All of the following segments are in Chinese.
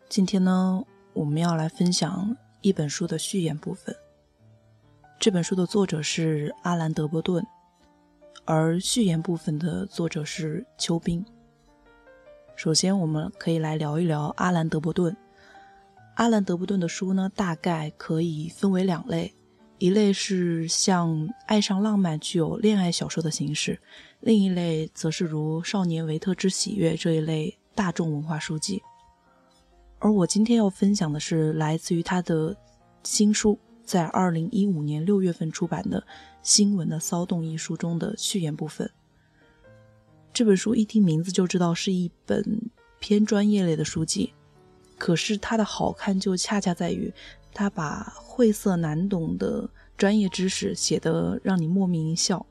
今天呢，我们要来分享一本书的序言部分。这本书的作者是阿兰·德伯顿，而序言部分的作者是邱斌。首先我们可以来聊一聊阿兰·德伯顿。阿兰·德伯顿的书呢，大概可以分为两类，一类是像爱上浪漫具有恋爱小说的形式，另一类则是如少年维特之喜悦这一类大众文化书籍。而我今天要分享的是来自于他的新书，在2015年6月份出版的《新闻的骚动》一书中的序言部分。这本书一听名字就知道是一本偏专业类的书籍，可是它的好看就恰恰在于它把晦涩难懂的专业知识写得让你莫名一笑。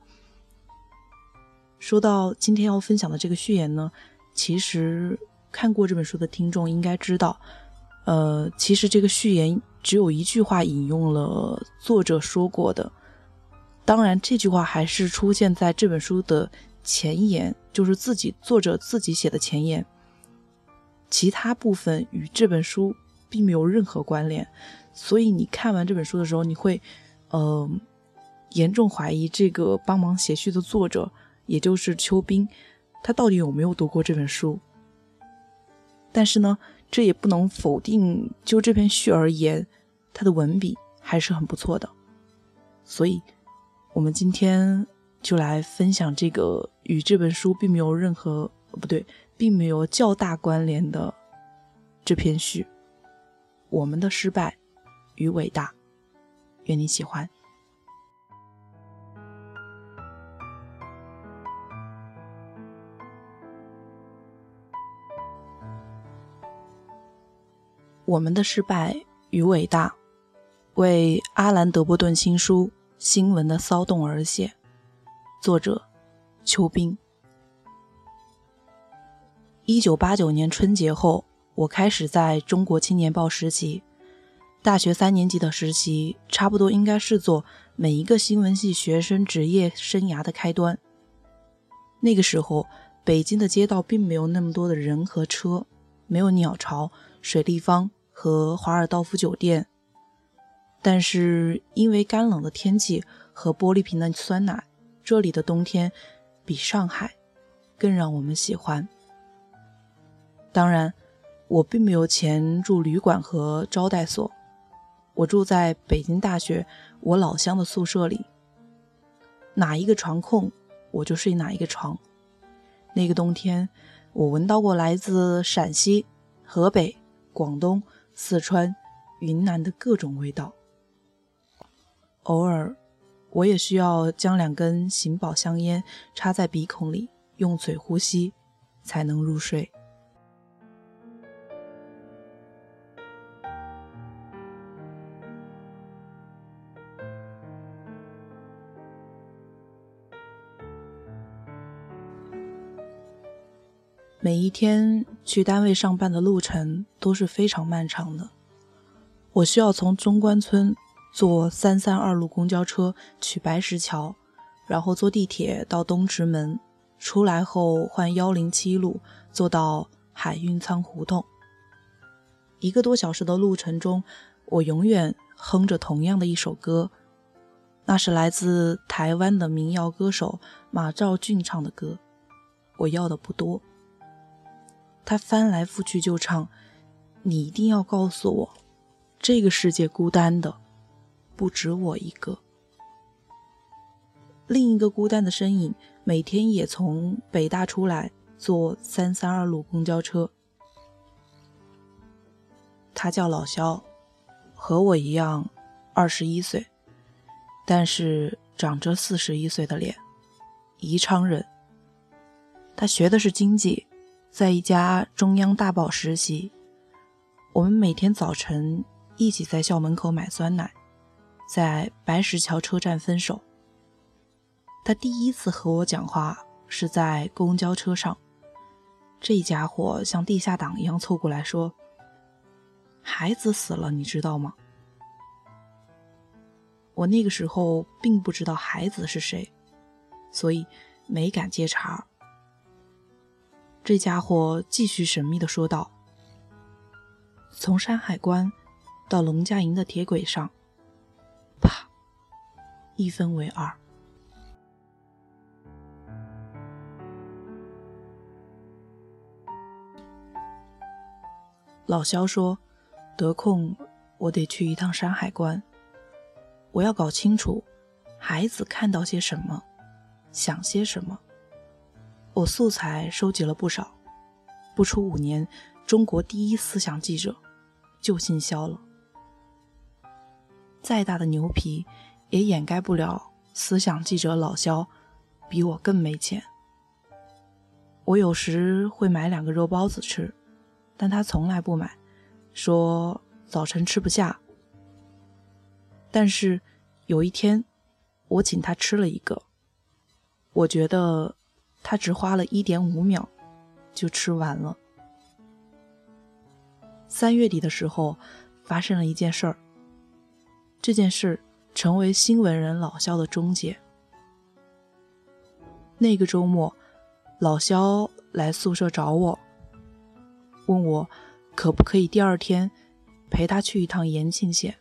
说到今天要分享的这个序言呢，其实看过这本书的听众应该知道，其实这个序言只有一句话引用了作者说过的，当然这句话还是出现在这本书的前言，就是作者自己写的前言，其他部分与这本书并没有任何关联，所以你看完这本书的时候，你会严重怀疑这个帮忙写序的作者，也就是邱斌，他到底有没有读过这本书。但是呢，这也不能否定就这篇序而言，他的文笔还是很不错的。所以我们今天就来分享这个与这本书并没有较大关联的这篇序，我们的失败与伟大。愿你喜欢。我们的失败与伟大，为阿兰·德伯顿新书《新闻的骚动》而写，作者邱斌。1989年春节后，我开始在中国青年报实习。大学3年级的实习差不多应该视作每一个新闻系学生职业生涯的开端。那个时候，北京的街道并没有那么多的人和车，没有鸟巢、水立方和华尔道夫酒店，但是因为干冷的天气和玻璃瓶的酸奶，这里的冬天比上海更让我们喜欢。当然，我并没有钱住旅馆和招待所，我住在北京大学我老乡的宿舍里，哪一个床空我就睡哪一个床。那个冬天，我闻到过来自陕西、河北、广东、四川、云南的各种味道。偶尔我也需要将2根醒宝香烟插在鼻孔里，用嘴呼吸才能入睡。每一天去单位上班的路程都是非常漫长的，我需要从中关村坐332路公交车去白石桥，然后坐地铁到东直门，出来后换107路坐到海运仓胡同。1个多小时的路程中，我永远哼着同样的一首歌，那是来自台湾的民谣歌手马兆骏唱的歌，我要的不多。他翻来覆去就唱，你一定要告诉我，这个世界孤单的不止我一个。另一个孤单的身影每天也从北大出来坐332路公交车，他叫老肖，和我一样21岁，但是长着41岁的脸，宜昌人。他学的是经济，在一家中央大报实习。我们每天早晨一起在校门口买酸奶，在白石桥车站分手。他第一次和我讲话是在公交车上，这家伙像地下党一样凑过来说，孩子死了你知道吗？我那个时候并不知道孩子是谁，所以没敢接茬。这家伙继续神秘地说道， 从山海关到农家营的铁轨上，啪，一分为二。老肖说，得空我得去一趟山海关，我要搞清楚孩子看到些什么，想些什么。我素材收集了不少，不出5年，中国第一思想记者就姓肖了。再大的牛皮也掩盖不了思想记者老肖比我更没钱。我有时会买2个肉包子吃，但他从来不买，说早晨吃不下。但是有一天我请他吃了一个，我觉得他只花了1.5秒就吃完了。3月底的时候发生了一件事儿，这件事成为新闻人老肖的终结。那个周末，老肖来宿舍找我，问我可不可以第2天陪他去一趟延庆县。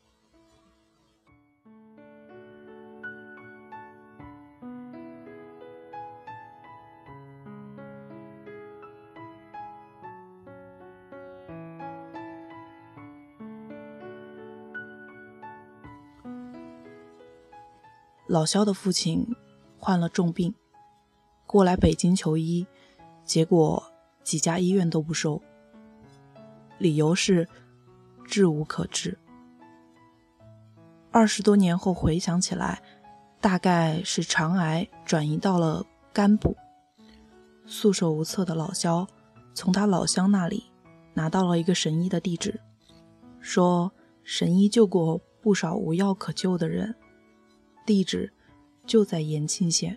老肖的父亲患了重病，过来北京求医，结果几家医院都不收，理由是治无可治。20多年后回想起来，大概是肠癌转移到了肝部。束手无策的老肖从他老乡那里拿到了一个神医的地址，说神医救过不少无药可救的人，地址就在延庆县。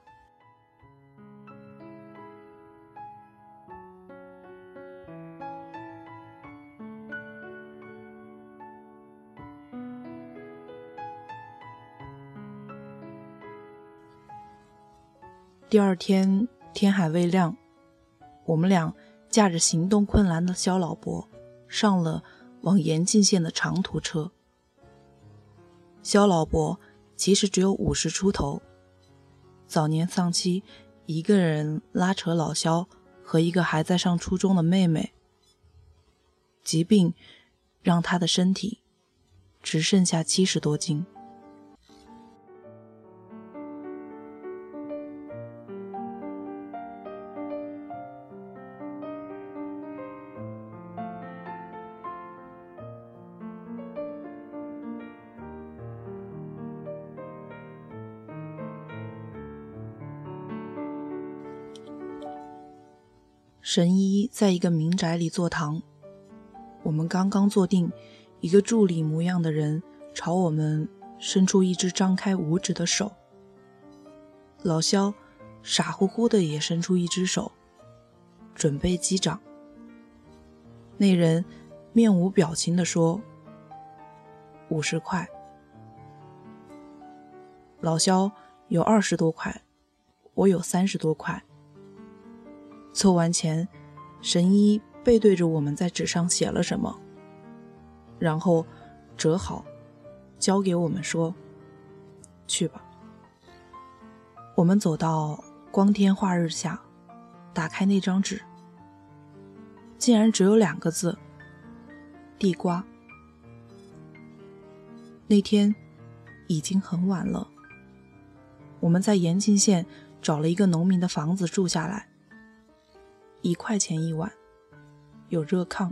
第2天天还未亮，我们俩驾着行动困难的肖老伯上了往延庆县的长途车。肖老伯其实只有50出头，早年丧妻，一个人拉扯老肖和一个还在上初中的妹妹。疾病让他的身体只剩下70多斤。神医在一个民宅里坐堂，我们刚刚坐定，一个助理模样的人朝我们伸出一只张开无指的手。老肖傻乎乎的也伸出一只手，准备击掌。那人面无表情地说：“50块。”老肖有20多块，我有30多块。凑完钱，神医背对着我们在纸上写了什么，然后折好交给我们说：“去吧。”我们走到光天化日下，打开那张纸，竟然只有2个字：地瓜。那天已经很晚了，我们在延庆县找了一个农民的房子住下来，1块钱1晚，有热炕。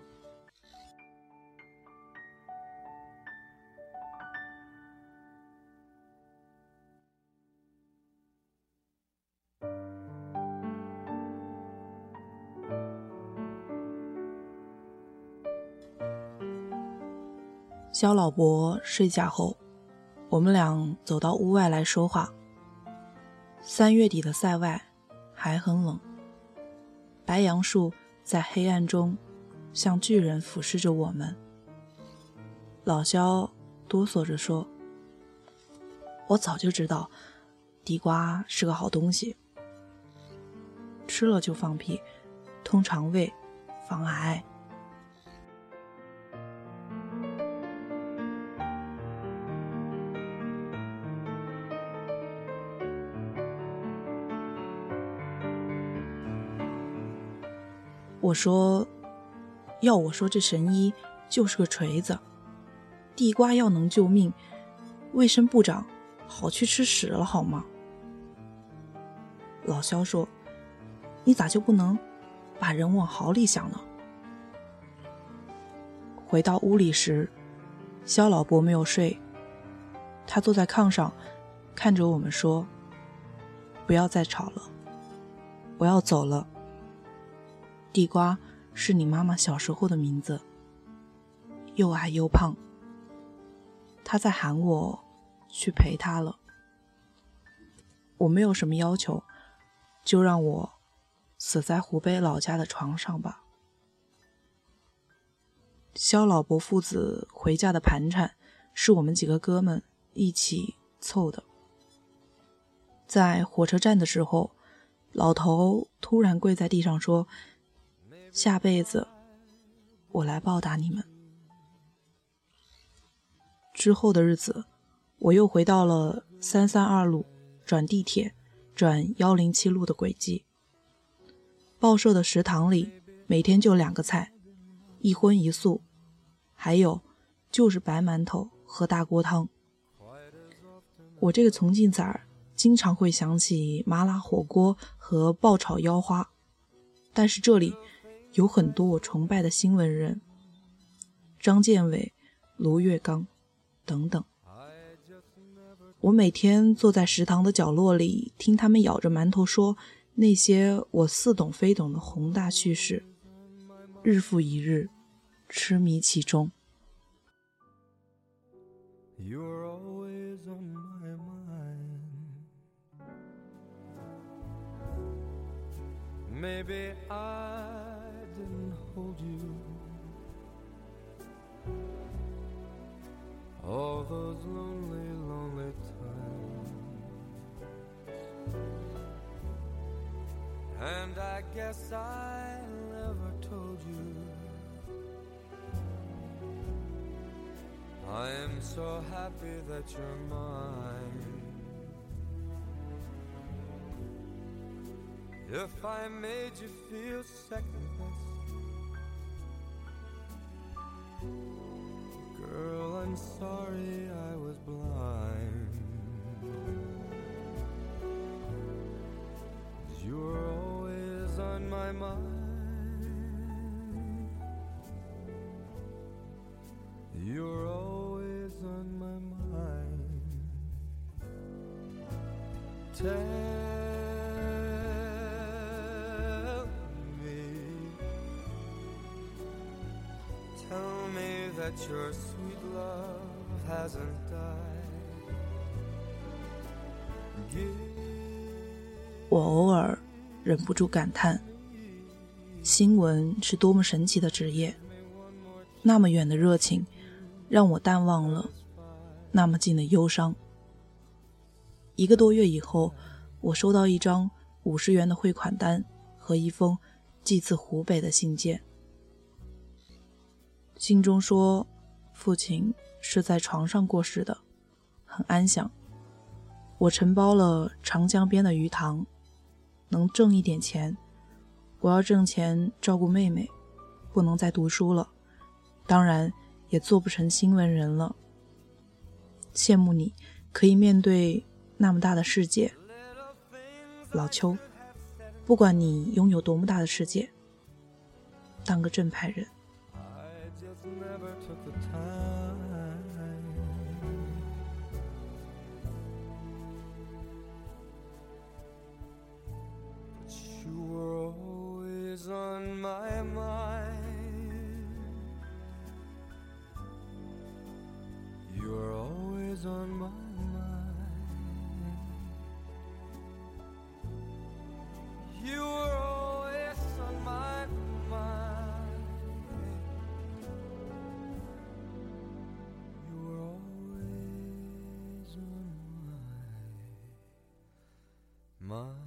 肖老伯睡下后，我们俩走到屋外来说话。3月底的塞外还很冷，白杨树在黑暗中像巨人俯视着我们。老肖哆嗦着说：“我早就知道地瓜是个好东西，吃了就放屁，通肠胃，防癌。” 我说这神医就是个锤子，地瓜要能救命，卫生部长好去吃屎了好吗？老肖说，你咋就不能把人往好里想呢？回到屋里时，肖老伯没有睡，他坐在炕上看着我们说，不要再吵了，我要走了。地瓜是你妈妈小时候的名字，又矮又胖，她在喊我去陪她了。我没有什么要求，就让我死在湖北老家的床上吧。肖老伯父子回家的盘缠是我们几个哥们一起凑的。在火车站的时候，老头突然跪在地上说，下辈子我来报答你们。之后的日子，我又回到了332路转地铁转107路的轨迹。报社的食堂里每天就2个菜，一荤一素，还有就是白馒头和大锅汤。我这个重庆崽儿经常会想起麻辣火锅和爆炒腰花，但是这里有很多我崇拜的新闻人，张建伟、卢月刚等等。我每天坐在食堂的角落里，听他们咬着馒头说那些我似懂非懂的宏大叙事，日复一日，痴迷其中。You're always on my mind. Maybe I didn't hold you all those lonely, lonely times, and I guess I never told you I am so happy that you're mine. If I made you feel second best, girl, I'm sorry I was blind. You were always on my mind.You're always on my mind. Tell me that your sweet love hasn't died. 我偶尔忍不住感叹，新闻是多么神奇的职业，那么远的热情让我淡忘了那么近的忧伤。1个多月以后，我收到一张50元的汇款单和一封寄自湖北的信件。信中说，父亲是在床上过世的，很安详。我承包了长江边的鱼塘，能挣一点钱，我要挣钱照顾妹妹，不能再读书了，当然也做不成新闻人了。羡慕你可以面对那么大的世界，老邱，不管你拥有多么大的世界，当个正派人。 On my mind, you were always on my mind. You were always on my mind.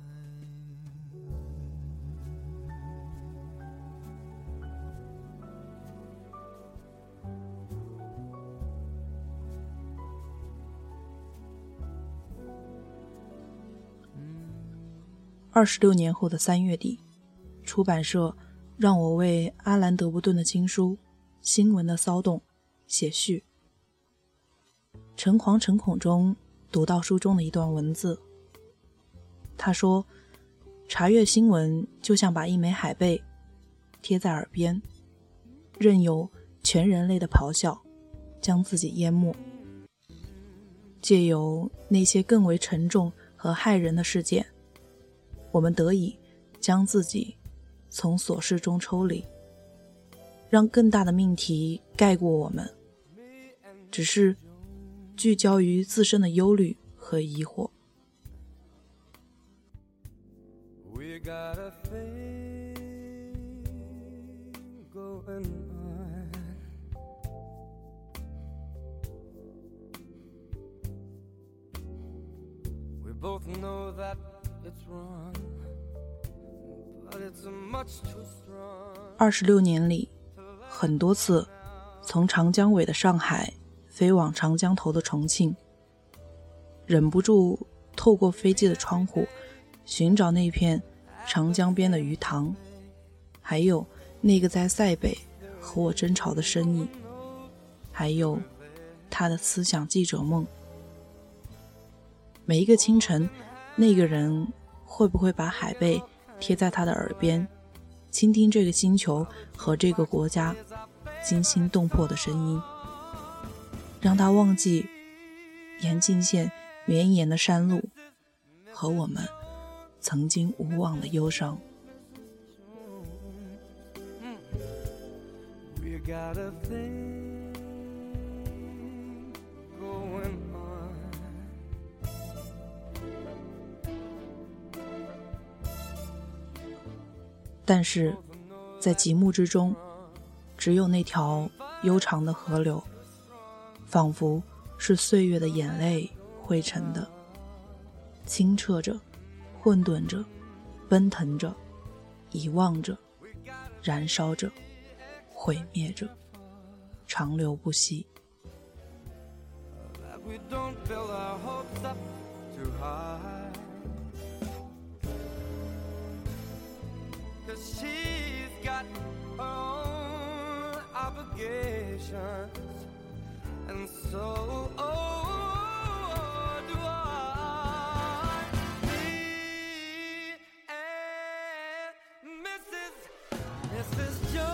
26年后的3月底，出版社让我为阿兰·德布顿的新书《新闻的骚动》写序。诚惶诚恐中读到书中的一段文字，他说，查阅新闻就像把一枚海贝贴在耳边，任由全人类的咆哮将自己淹没，借由那些更为沉重和骇人的事件，我们得以将自己从琐事中抽离，让更大的命题盖过我们，只是聚焦于自身的忧虑和疑惑。 We got a thing going on. We both know that it's wrong, but it's much too strong. 26年里，很多次从长江尾的上海飞往长江头的重庆，忍不住透过飞机的窗户寻找那片长江边的鱼塘，还有那个在塞北和我争吵的身影，还有他的思想记者梦。每一个清晨，那个人会不会把海贝贴在他的耳边，倾听这个星球和这个国家惊心动魄的声音，让他忘记延庆县绵延的山路和我们曾经无望的忧伤。 We got a thing going on. 但是在极目之中，只有那条悠长的河流，仿佛是岁月的眼泪汇成的，清澈着，混沌着，奔腾着，遗忘着，燃烧着，毁灭着，长流不息。 That we don't build our hopes up too high, 'cause she's got her own obligations, and so do I. Me and Mrs.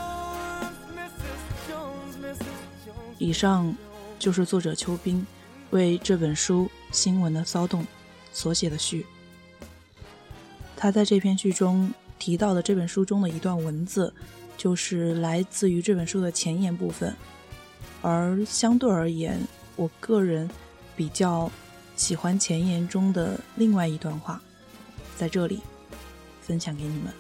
Jones. 以上就是作者邱斌为这本书《新闻的骚动》所写的序。他在这篇序中提到的这本书中的一段文字，就是来自于这本书的前言部分，而相对而言，我个人比较喜欢前言中的另外一段话，在这里分享给你们。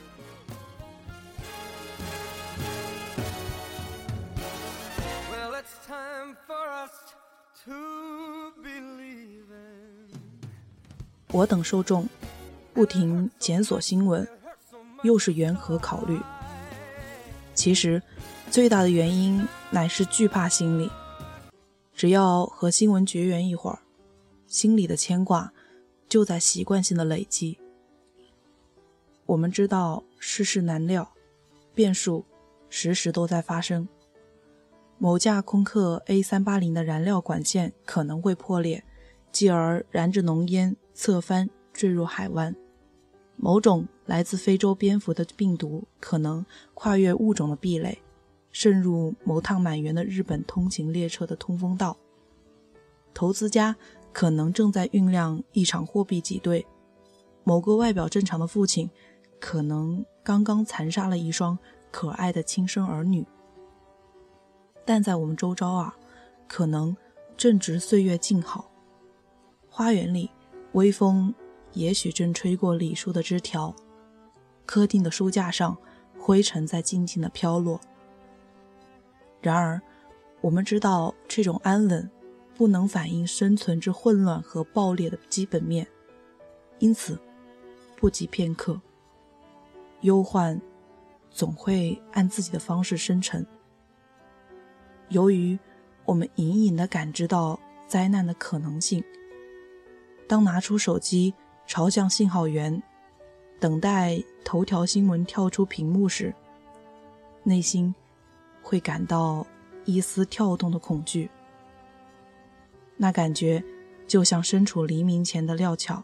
我等受众不停检索新闻，又是缘何考虑？其实最大的原因乃是惧怕心理。只要和新闻绝缘一会儿，心里的牵挂就在习惯性的累积。我们知道世事难料，变数时时都在发生。某架空客 A380 的燃料管线可能会破裂，继而燃着浓烟侧翻坠入海湾。某种来自非洲蝙蝠的病毒可能跨越物种的壁垒，渗入某趟满员的日本通勤列车的通风道。投资家可能正在酝酿一场货币挤兑，某个外表正常的父亲可能刚刚残杀了一双可爱的亲生儿女。但在我们周遭啊，可能正值岁月静好，花园里微风也许正吹过李树的枝条，客厅的书架上灰尘在静静地飘落。然而我们知道这种安稳不能反映生存之混乱和暴烈的基本面，因此不急片刻，忧患总会按自己的方式生成。由于我们隐隐地感知到灾难的可能性，当拿出手机朝向信号源，等待头条新闻跳出屏幕时， 内心会感到一丝跳动的恐惧。那感觉就像身处黎明前的料峭，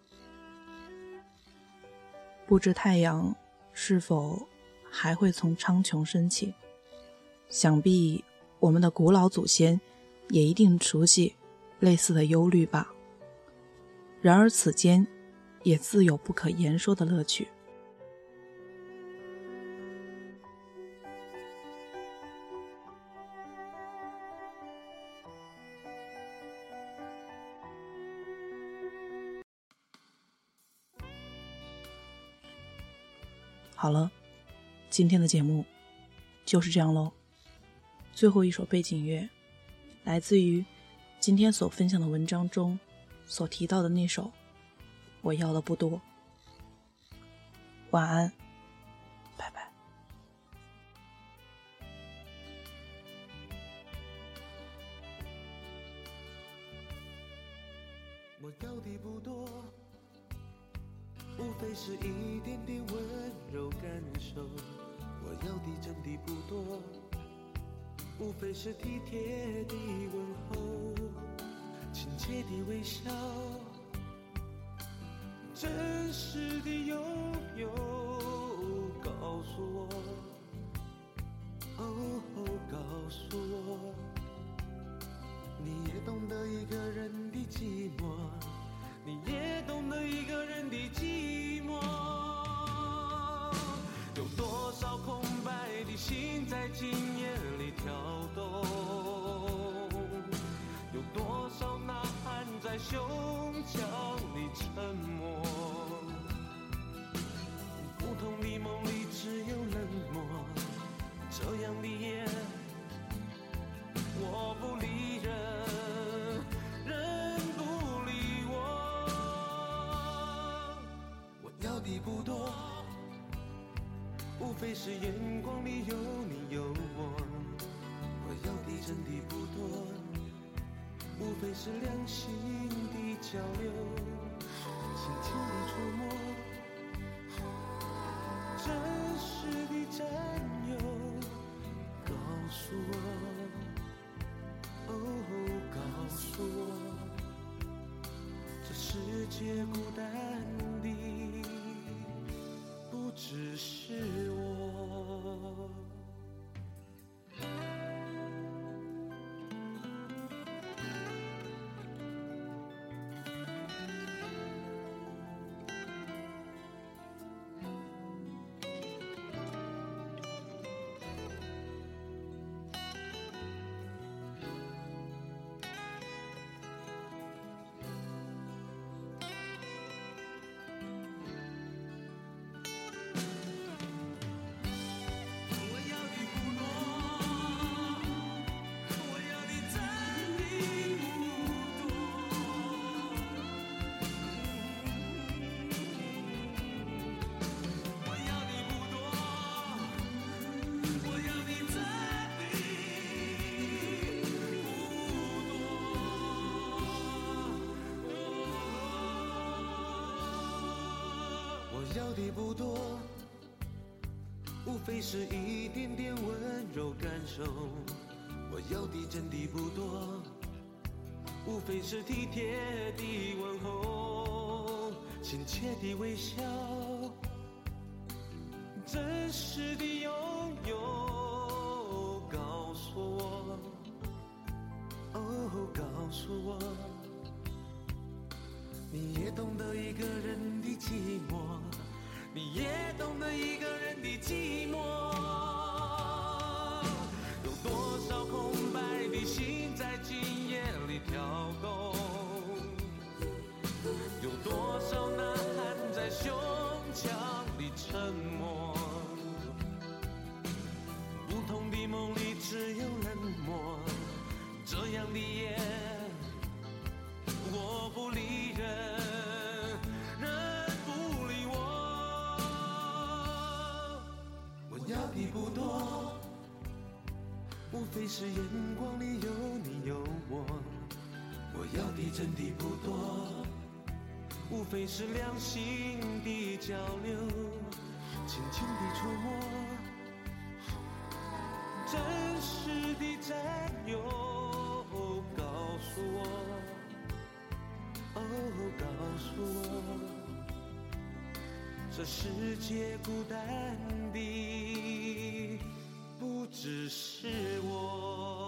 不知太阳是否还会从苍穹升起。想必我们的古老祖先也一定熟悉类似的忧虑吧。然而此间也自有不可言说的乐趣。好了，今天的节目就是这样咯。最后一首背景乐来自于今天所分享的文章中所提到的那首我要的不多。晚安，拜拜。 我要的不多，无非是一点点温柔感受。我要的真的不多，无非是体贴的问候，亲切的微笑，真实的拥有。告诉我，哦，告诉我，你也懂得一个人的寂寞，你也懂得一个人的寂寞。有多少空白的心在今夜里跳动，有多少呐喊在胸腔里沉默。不同的梦里只有冷漠，这样的夜我不理人，人不理我。我要的不多，无非是眼光里有你有我。我要的真的不多，无非是良心的交流，轻轻的触摸，真实的占有。告诉我，哦，告诉我，这世界孤单的不只是我。我要的不多，无非是一点点温柔感受。我要的真的不多，无非是体贴的问候，亲切的微笑，真实的拥有。告诉我，哦，告诉我，你也懂得一个人的寂寞，你也懂得一个人的寂寞。有多少空白的心在今夜里跳动，有多少呐喊在胸腔里沉默。不同的梦里只有冷漠，这样的夜我不理人，人不理我。我要的不多，无非是眼光里有你有我。我要的真的不多，无非是良心的交流，轻轻的触摸， 真实的占有，告诉我，哦，告诉我，这世界孤单的不只是我。